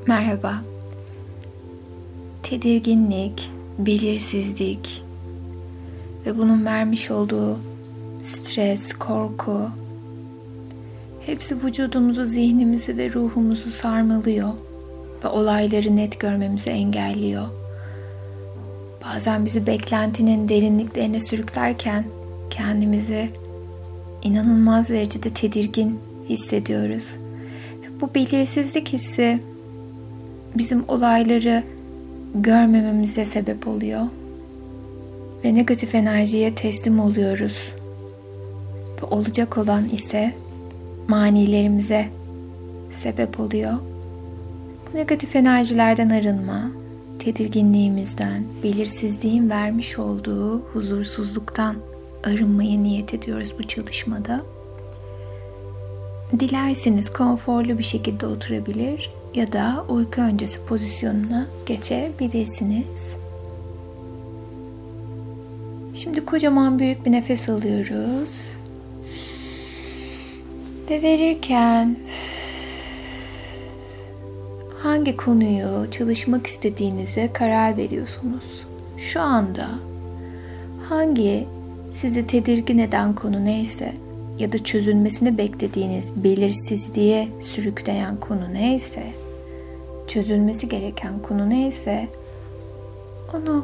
Merhaba. Tedirginlik, belirsizlik ve bunun vermiş olduğu stres, korku hepsi vücudumuzu, zihnimizi ve ruhumuzu sarmalıyor ve olayları net görmemizi engelliyor. Bazen bizi beklentinin derinliklerine sürüklerken kendimizi inanılmaz derecede tedirgin hissediyoruz. Bu belirsizlik hissi bizim olayları görmememize sebep oluyor. Ve negatif enerjiye teslim oluyoruz. Ve olacak olan ise manilerimize sebep oluyor. Bu negatif enerjilerden arınma, tedirginliğimizden, belirsizliğin vermiş olduğu huzursuzluktan arınmaya niyet ediyoruz bu çalışmada. Dilerseniz konforlu bir şekilde oturabilir ya da uyku öncesi pozisyonuna geçebilirsiniz. Şimdi kocaman büyük bir nefes alıyoruz. Ve verirken hangi konuyu çalışmak istediğinize karar veriyorsunuz. Şu anda hangi sizi tedirgin eden konu neyse ya da çözülmesini beklediğiniz belirsizliğe sürükleyen konu neyse, çözülmesi gereken konu neyse onu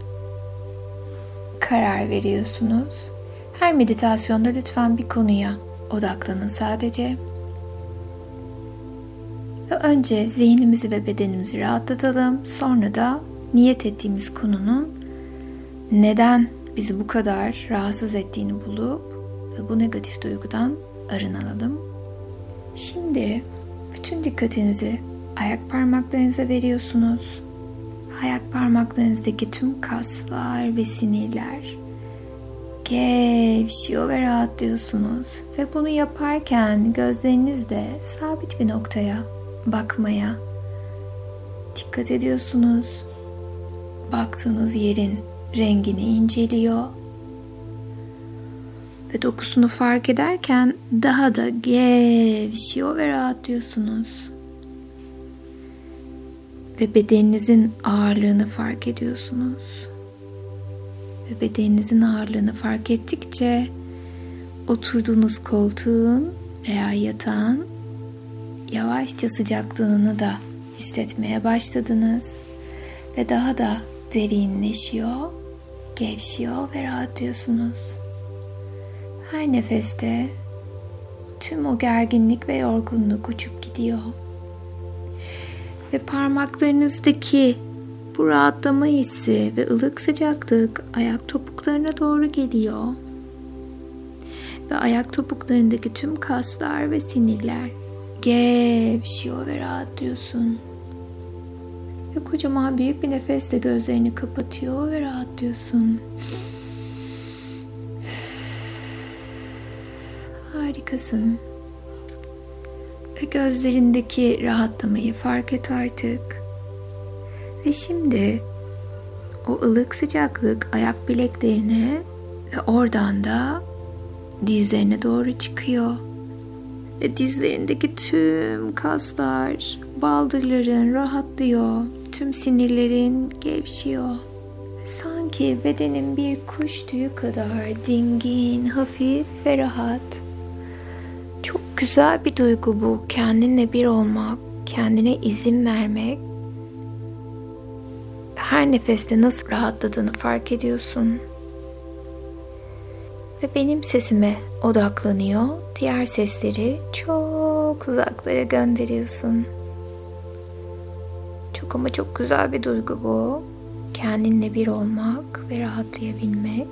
karar veriyorsunuz. Her meditasyonda lütfen bir konuya odaklanın sadece. Ve önce zihnimizi ve bedenimizi rahatlatalım. Sonra da niyet ettiğimiz konunun neden bizi bu kadar rahatsız ettiğini bulup ve bu negatif duygudan arınalım. Şimdi bütün dikkatinizi ayak parmaklarınıza veriyorsunuz. Ayak parmaklarınızdaki tüm kaslar ve sinirler gevşiyor ve rahatlıyorsunuz. Ve bunu yaparken gözlerinizle sabit bir noktaya bakmaya dikkat ediyorsunuz. Baktığınız yerin rengini inceliyor. Ve dokusunu fark ederken daha da gevşiyor ve rahatlıyorsunuz. Ve bedeninizin ağırlığını fark ediyorsunuz. Ve bedeninizin ağırlığını fark ettikçe oturduğunuz koltuğun veya yatağın yavaşça sıcaklığını da hissetmeye başladınız. Ve daha da derinleşiyor, gevşiyor ve rahatlıyorsunuz. Her nefeste tüm o gerginlik ve yorgunluk uçup gidiyor. Ve parmaklarınızdaki bu rahatlama hissi ve ılık sıcaklık ayak topuklarına doğru geliyor. Ve ayak topuklarındaki tüm kaslar ve sinirler gevşiyor ve rahatlıyorsun. Ve kocaman büyük bir nefesle gözlerini kapatıyor ve rahatlıyorsun. Harikasın. Ve gözlerindeki rahatlamayı fark et artık. Ve şimdi o ılık sıcaklık ayak bileklerine ve oradan da dizlerine doğru çıkıyor. Ve dizlerindeki tüm kaslar, baldırların rahatlıyor. Tüm sinirlerin gevşiyor. Sanki bedenin bir kuş tüyü kadar dingin, hafif ve rahat. Çok güzel bir duygu bu. Kendinle bir olmak, kendine izin vermek. Her nefeste nasıl rahatladığını fark ediyorsun. Ve benim sesime odaklanıyor. Diğer sesleri çok uzaklara gönderiyorsun. Çok ama çok güzel bir duygu bu. Kendinle bir olmak ve rahatlayabilmek.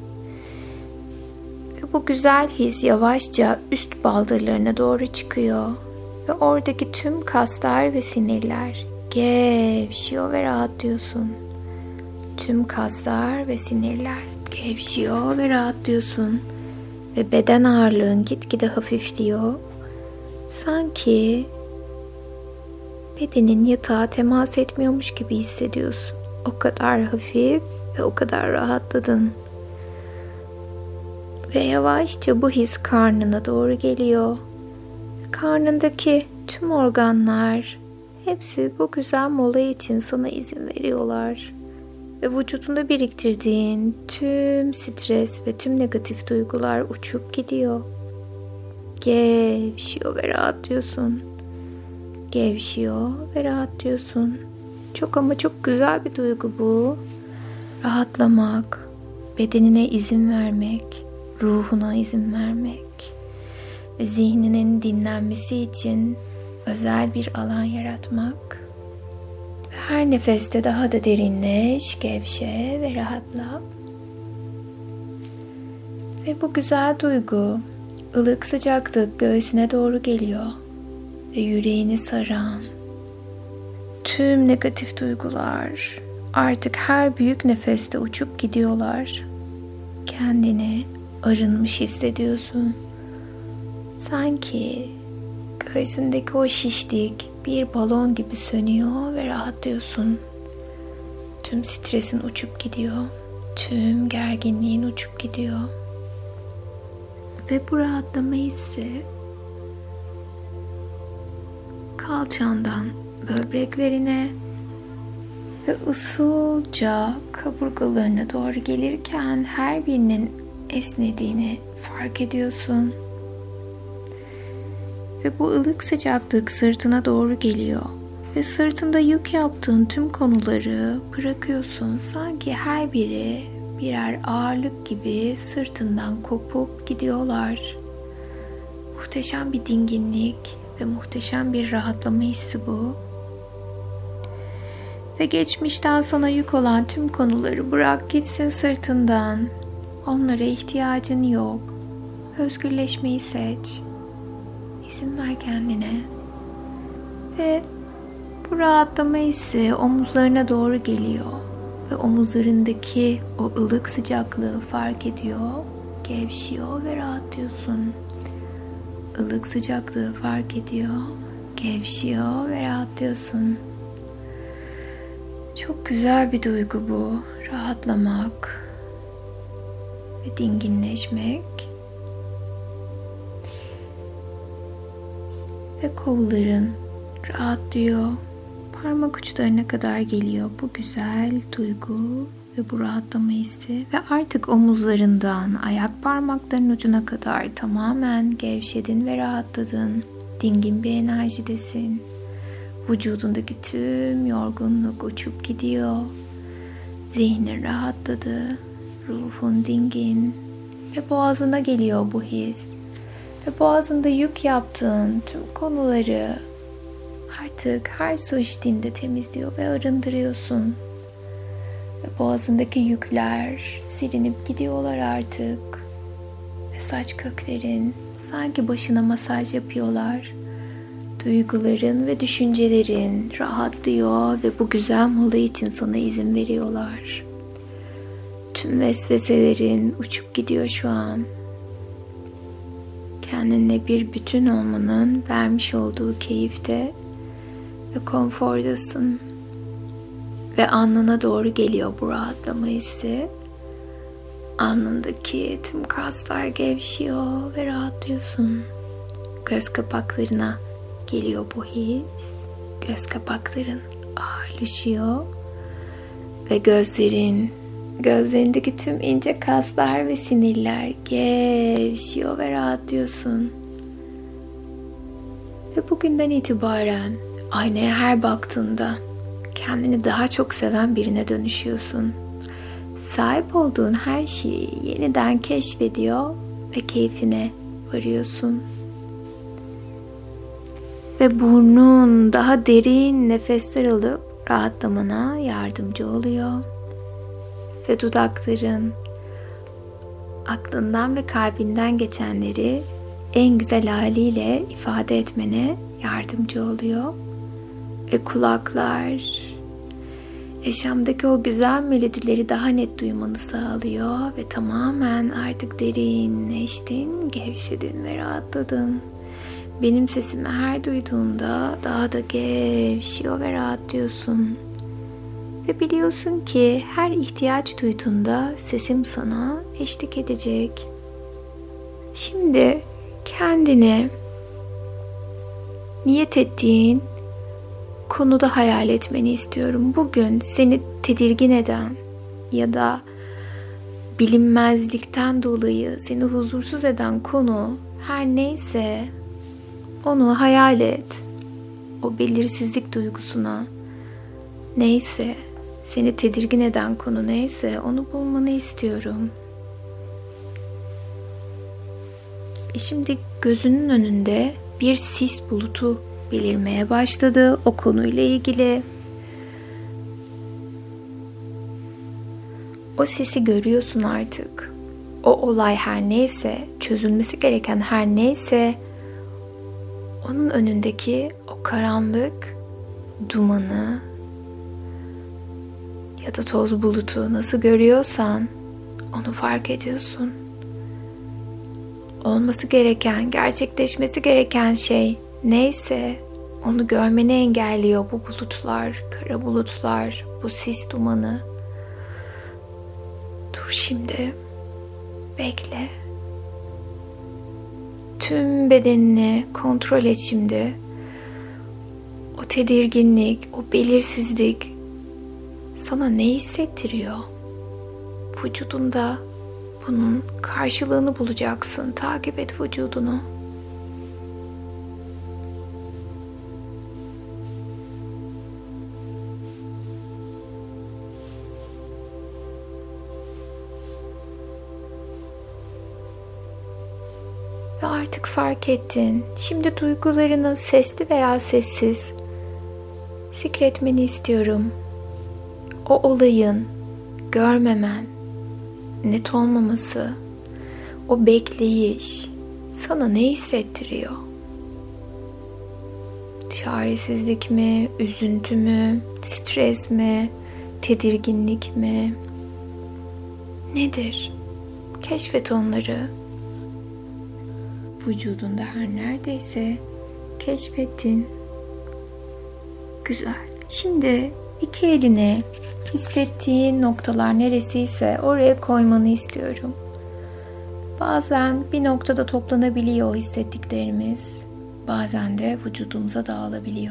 Ve bu güzel his yavaşça üst baldırlarına doğru çıkıyor. Ve oradaki tüm kaslar ve sinirler gevşiyor ve rahatlıyorsun. Tüm kaslar ve sinirler gevşiyor ve rahatlıyorsun. Ve beden ağırlığın gitgide hafifliyor. Sanki bedenin yatağa temas etmiyormuş gibi hissediyorsun. O kadar hafif ve o kadar rahatladın. Ve yavaşça bu his karnına doğru geliyor. Karnındaki tüm organlar hepsi bu güzel mola için sana izin veriyorlar. Ve vücudunda biriktirdiğin tüm stres ve tüm negatif duygular uçup gidiyor. Gevşiyor ve rahatlıyorsun. Gevşiyor ve rahatlıyorsun. Çok ama çok güzel bir duygu bu. Rahatlamak, bedenine izin vermek, ruhuna izin vermek ve zihninin dinlenmesi için özel bir alan yaratmak. Her nefeste daha da derinleş, gevşe ve rahatla. Ve bu güzel duygu, ılık sıcaklık göğsüne doğru geliyor ve yüreğini saran tüm negatif duygular artık her büyük nefeste uçup gidiyorlar. Kendini arınmış hissediyorsun. Sanki göğsündeki o şişlik bir balon gibi sönüyor ve rahatlıyorsun. Tüm stresin uçup gidiyor. Tüm gerginliğin uçup gidiyor. Ve bu rahatlama hissi kalçandan böbreklerine ve usulca kaburgalarına doğru gelirken her birinin esnediğini fark ediyorsun. Ve bu ılık sıcaklık sırtına doğru geliyor. Ve sırtında yük yaptığın tüm konuları bırakıyorsun. Sanki her biri birer ağırlık gibi sırtından kopup gidiyorlar. Muhteşem bir dinginlik ve muhteşem bir rahatlama hissi bu. Ve geçmişten sana yük olan tüm konuları bırak gitsin sırtından. Onlara ihtiyacın yok. Özgürleşmeyi seç. İzin ver kendine. Ve bu rahatlama hissi omuzlarına doğru geliyor. Ve omuzlarındaki o ılık sıcaklığı fark ediyor. Gevşiyor ve rahatlıyorsun. Ilık sıcaklığı fark ediyor. Gevşiyor ve rahatlıyorsun. Çok güzel bir duygu bu. Rahatlamak ve dinginleşmek. Ve kolların rahatlıyor. Parmak uçlarına kadar geliyor bu güzel duygu ve bu rahatlama hissi. Ve artık omuzlarından ayak parmaklarının ucuna kadar tamamen gevşedin ve rahatladın. Dingin bir enerjidesin. Vücudundaki tüm yorgunluk uçup gidiyor. Zihnin rahatladı. Ruhun dingin. Ve boğazına geliyor bu his. Ve boğazında yük yaptığın tüm konuları artık her su içtiğinde temizliyor ve arındırıyorsun. Ve boğazındaki yükler silinip gidiyorlar artık. Ve saç köklerin sanki başına masaj yapıyorlar. Duyguların ve düşüncelerin rahatlıyor ve bu güzel mola için sana izin veriyorlar. Tüm vesveselerin uçup gidiyor şu an. Kendinle bir bütün olmanın vermiş olduğu keyifte ve konfordasın. Ve alnına doğru geliyor bu rahatlama hissi. Alnındaki tüm kaslar gevşiyor ve rahatlıyorsun. Göz kapaklarına geliyor bu his. Göz kapakların ağırlaşıyor. Ve gözlerindeki tüm ince kaslar ve sinirler gevşiyor ve rahatlıyorsun. Ve bugünden itibaren aynaya her baktığında kendini daha çok seven birine dönüşüyorsun. Sahip olduğun her şeyi yeniden keşfediyor ve keyfine varıyorsun. Ve burnun daha derin nefesler alıp rahatlamana yardımcı oluyor. Ve dudakların aklından ve kalbinden geçenleri en güzel haliyle ifade etmene yardımcı oluyor. Ve kulaklar yaşamdaki o güzel melodileri daha net duymanı sağlıyor ve tamamen artık derinleştin, gevşedin ve rahatladın. Benim sesimi her duyduğunda daha da gevşiyor ve rahatlıyorsun. Ve biliyorsun ki her ihtiyaç duyduğunda sesim sana eşlik edecek. Şimdi kendine niyet ettiğin konuda hayal etmeni istiyorum. Bugün seni tedirgin eden ya da bilinmezlikten dolayı seni huzursuz eden konu her neyse onu hayal et. O belirsizlik duygusuna, neyse, seni tedirgin eden konu neyse onu bulmanı istiyorum. Şimdi gözünün önünde bir sis bulutu belirmeye başladı o konuyla ilgili. O sisi görüyorsun artık. O olay her neyse, çözülmesi gereken her neyse, onun önündeki o karanlık dumanı ya da toz bulutu nasıl görüyorsan onu fark ediyorsun. Olması gereken, gerçekleşmesi gereken şey neyse onu görmeni engelliyor bu bulutlar, kara bulutlar, bu sis dumanı. Dur şimdi, bekle. Tüm bedenini kontrol et şimdi. O tedirginlik, o belirsizlik sana ne hissettiriyor? Vücudunda bunun karşılığını bulacaksın. Takip et vücudunu. Ve artık fark ettin. Şimdi duygularını sesli veya sessiz zikretmeni istiyorum. O olayın görmemen, net olmaması, o bekleyiş sana ne hissettiriyor? Çaresizlik mi, üzüntü mü, stres mi, tedirginlik mi? Nedir? Keşfet onları. Vücudunda her neredeyse keşfettin. Güzel. Şimdi iki elini hissettiğin noktalar neresiyse oraya koymanı istiyorum. Bazen bir noktada toplanabiliyor o hissettiklerimiz. Bazen de vücudumuza dağılabiliyor.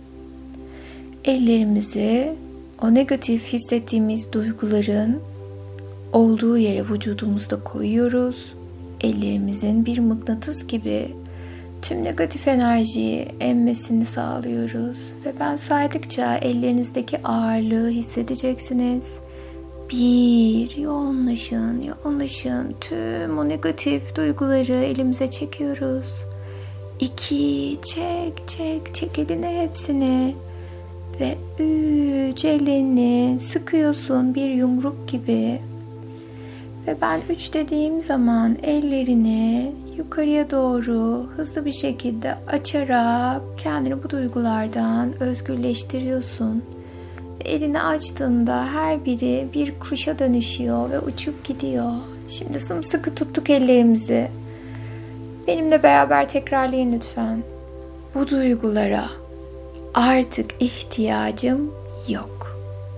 Ellerimizi o negatif hissettiğimiz duyguların olduğu yere vücudumuzda koyuyoruz. Ellerimizin bir mıknatıs gibi tüm negatif enerjiyi emmesini sağlıyoruz. Ve ben saydıkça ellerinizdeki ağırlığı hissedeceksiniz. 1, yoğunlaşın, yoğunlaşın. Tüm o negatif duyguları elimize çekiyoruz. 2, çek eline hepsini. Ve 3, ellerini sıkıyorsun bir yumruk gibi. Ve ben 3 dediğim zaman ellerini yukarıya doğru hızlı bir şekilde açarak kendini bu duygulardan özgürleştiriyorsun. Ve elini açtığında her biri bir kuşa dönüşüyor ve uçup gidiyor. Şimdi sımsıkı tuttuk ellerimizi. Benimle beraber tekrarlayın lütfen. Bu duygulara artık ihtiyacım yok.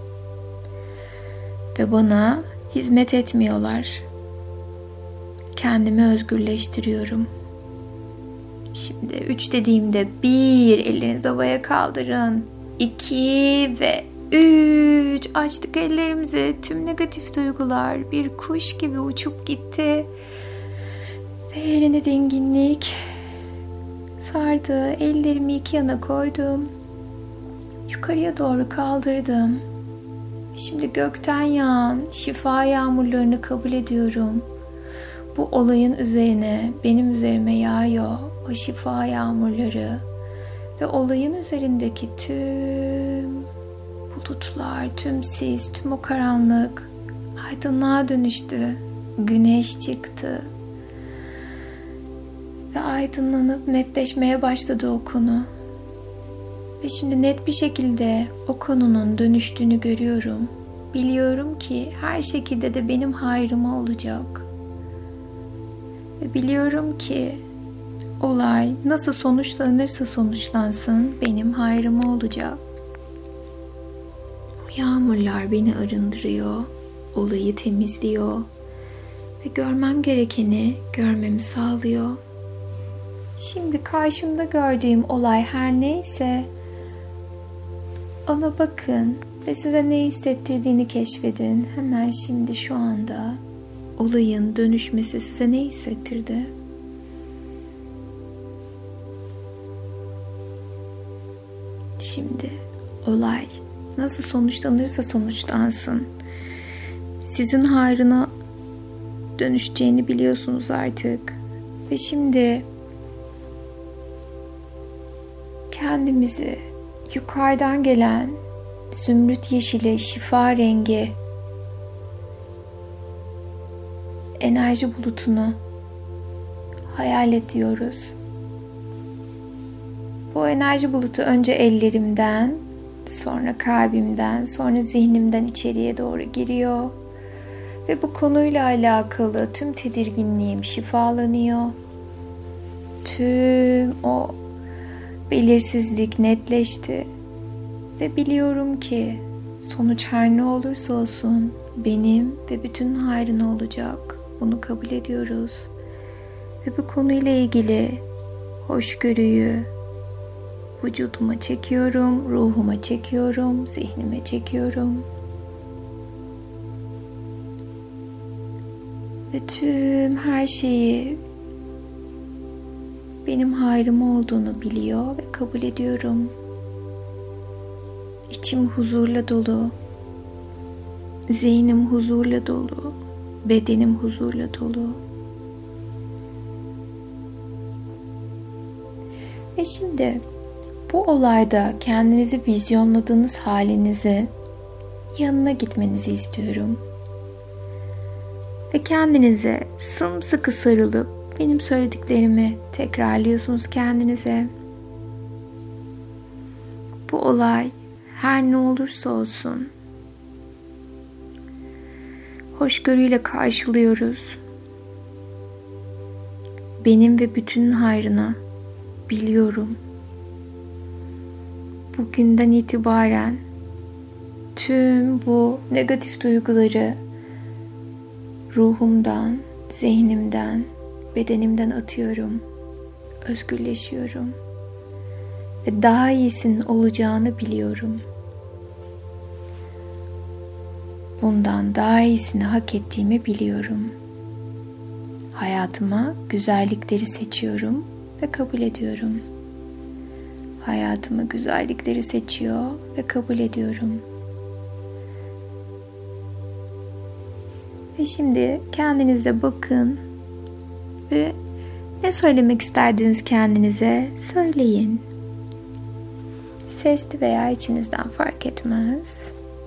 Ve bana hizmet etmiyorlar. Kendimi özgürleştiriyorum. Şimdi 3 dediğimde 1, ellerinizi havaya kaldırın. 2 ve 3. Açtık ellerimizi. Tüm negatif duygular bir kuş gibi uçup gitti. Ve yerine dinginlik sardı. Ellerimi iki yana koydum. Yukarıya doğru kaldırdım. Şimdi gökten yağan şifa yağmurlarını kabul ediyorum. Bu olayın üzerine, benim üzerime yağıyor o şifa yağmurları. Ve olayın üzerindeki tüm bulutlar, tüm sis, tüm o karanlık aydınlığa dönüştü. Güneş çıktı. Ve aydınlanıp netleşmeye başladı o konu. Ve şimdi net bir şekilde o konunun dönüştüğünü görüyorum. Biliyorum ki her şekilde de benim hayrıma olacak. Ve biliyorum ki olay nasıl sonuçlanırsa sonuçlansın benim hayrıma olacak. O yağmurlar beni arındırıyor, olayı temizliyor ve görmem gerekeni görmemi sağlıyor. Şimdi karşımda gördüğüm olay her neyse Ona bakın ve size ne hissettirdiğini keşfedin. Hemen şimdi şu anda olayın dönüşmesi size ne hissettirdi? Şimdi olay nasıl sonuçlanırsa sonuçlansın, sizin hayrına dönüşeceğini biliyorsunuz artık. Ve şimdi kendimizi yukarıdan gelen zümrüt yeşili, şifa rengi enerji bulutunu hayal ediyoruz. Bu enerji bulutu önce ellerimden, sonra kalbimden, sonra zihnimden içeriye doğru giriyor. Ve bu konuyla alakalı tüm tedirginliğim şifalanıyor. Tüm o belirsizlik netleşti. Ve biliyorum ki sonuç her ne olursa olsun benim ve bütün hayrına olacak. Bunu kabul ediyoruz. Ve bu konuyla ilgili hoşgörüyü vücuduma çekiyorum, ruhuma çekiyorum, zihnime çekiyorum. Ve tüm her şeyi benim hayrım olduğunu biliyor ve kabul ediyorum. İçim huzurla dolu, zihnim huzurla dolu, bedenim huzurla dolu. Ve şimdi bu olayda kendinizi vizyonladığınız halinizin yanına gitmenizi istiyorum. Ve kendinize sımsıkı sarılıp benim söylediklerimi tekrarlıyorsunuz kendinize. Bu olay her ne olursa olsun hoşgörüyle karşılıyoruz. Benim ve bütün hayrına biliyorum. Bugünden itibaren tüm bu negatif duyguları ruhumdan, zihnimden, bedenimden atıyorum. Özgürleşiyorum. Ve daha iyisinin olacağını biliyorum. Bundan daha iyisini hak ettiğimi biliyorum. Hayatıma güzellikleri seçiyorum ve kabul ediyorum. Hayatıma güzellikleri seçiyor ve kabul ediyorum. Ve şimdi kendinize bakın ve ne söylemek isterdiniz kendinize söyleyin. Sesli veya içinizden fark etmez.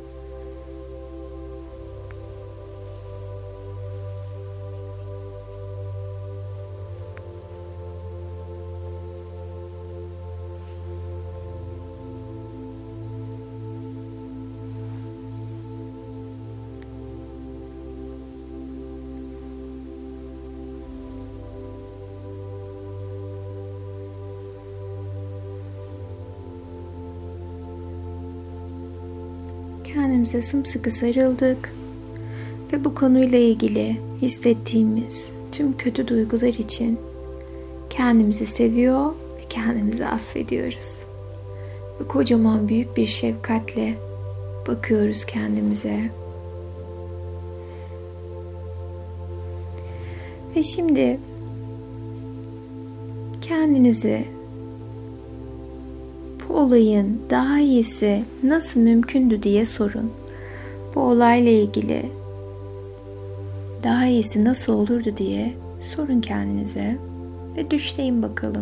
Kendimize sımsıkı sarıldık ve bu konuyla ilgili hissettiğimiz tüm kötü duygular için kendimizi seviyor ve kendimizi affediyoruz. Ve kocaman büyük bir şefkatle bakıyoruz kendimize. Ve şimdi kendinizi bu olayın daha iyisi nasıl mümkündü diye sorun. Bu olayla ilgili daha iyisi nasıl olurdu diye sorun kendinize ve düşleyin bakalım.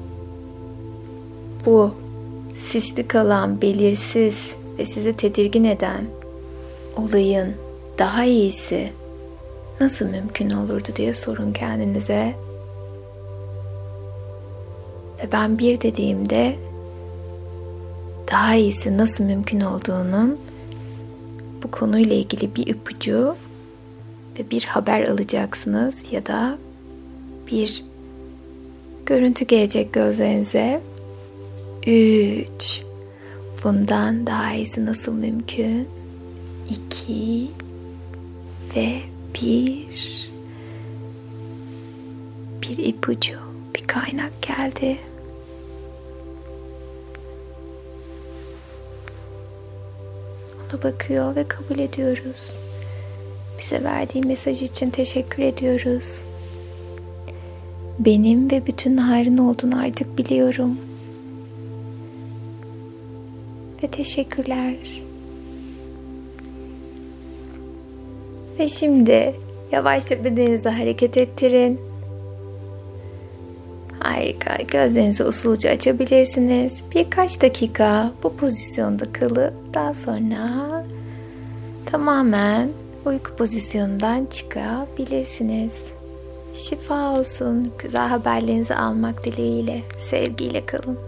Bu sisli kalan, belirsiz ve sizi tedirgin eden olayın daha iyisi nasıl mümkün olurdu diye sorun kendinize. Ve ben bir dediğimde daha iyisi nasıl mümkün olduğunun bu konuyla ilgili bir ipucu ve bir haber alacaksınız ya da bir görüntü gelecek gözlerinize. 3 bundan daha iyisi nasıl mümkün? 2 ve 1 bir ipucu, bir kaynak geldi. ona bakıyor ve kabul ediyoruz. Bize verdiği mesaj için teşekkür ediyoruz. Benim ve bütün hayrın olduğunu artık biliyorum. Ve teşekkürler. Ve şimdi yavaşça bedeninizi hareket ettirin. Harika. Gözlerinizi usulca açabilirsiniz. Birkaç dakika bu pozisyonda kalıp daha sonra tamamen uyku pozisyonundan çıkabilirsiniz. Şifa olsun. Güzel haberlerinizi almak dileğiyle. Sevgiyle kalın.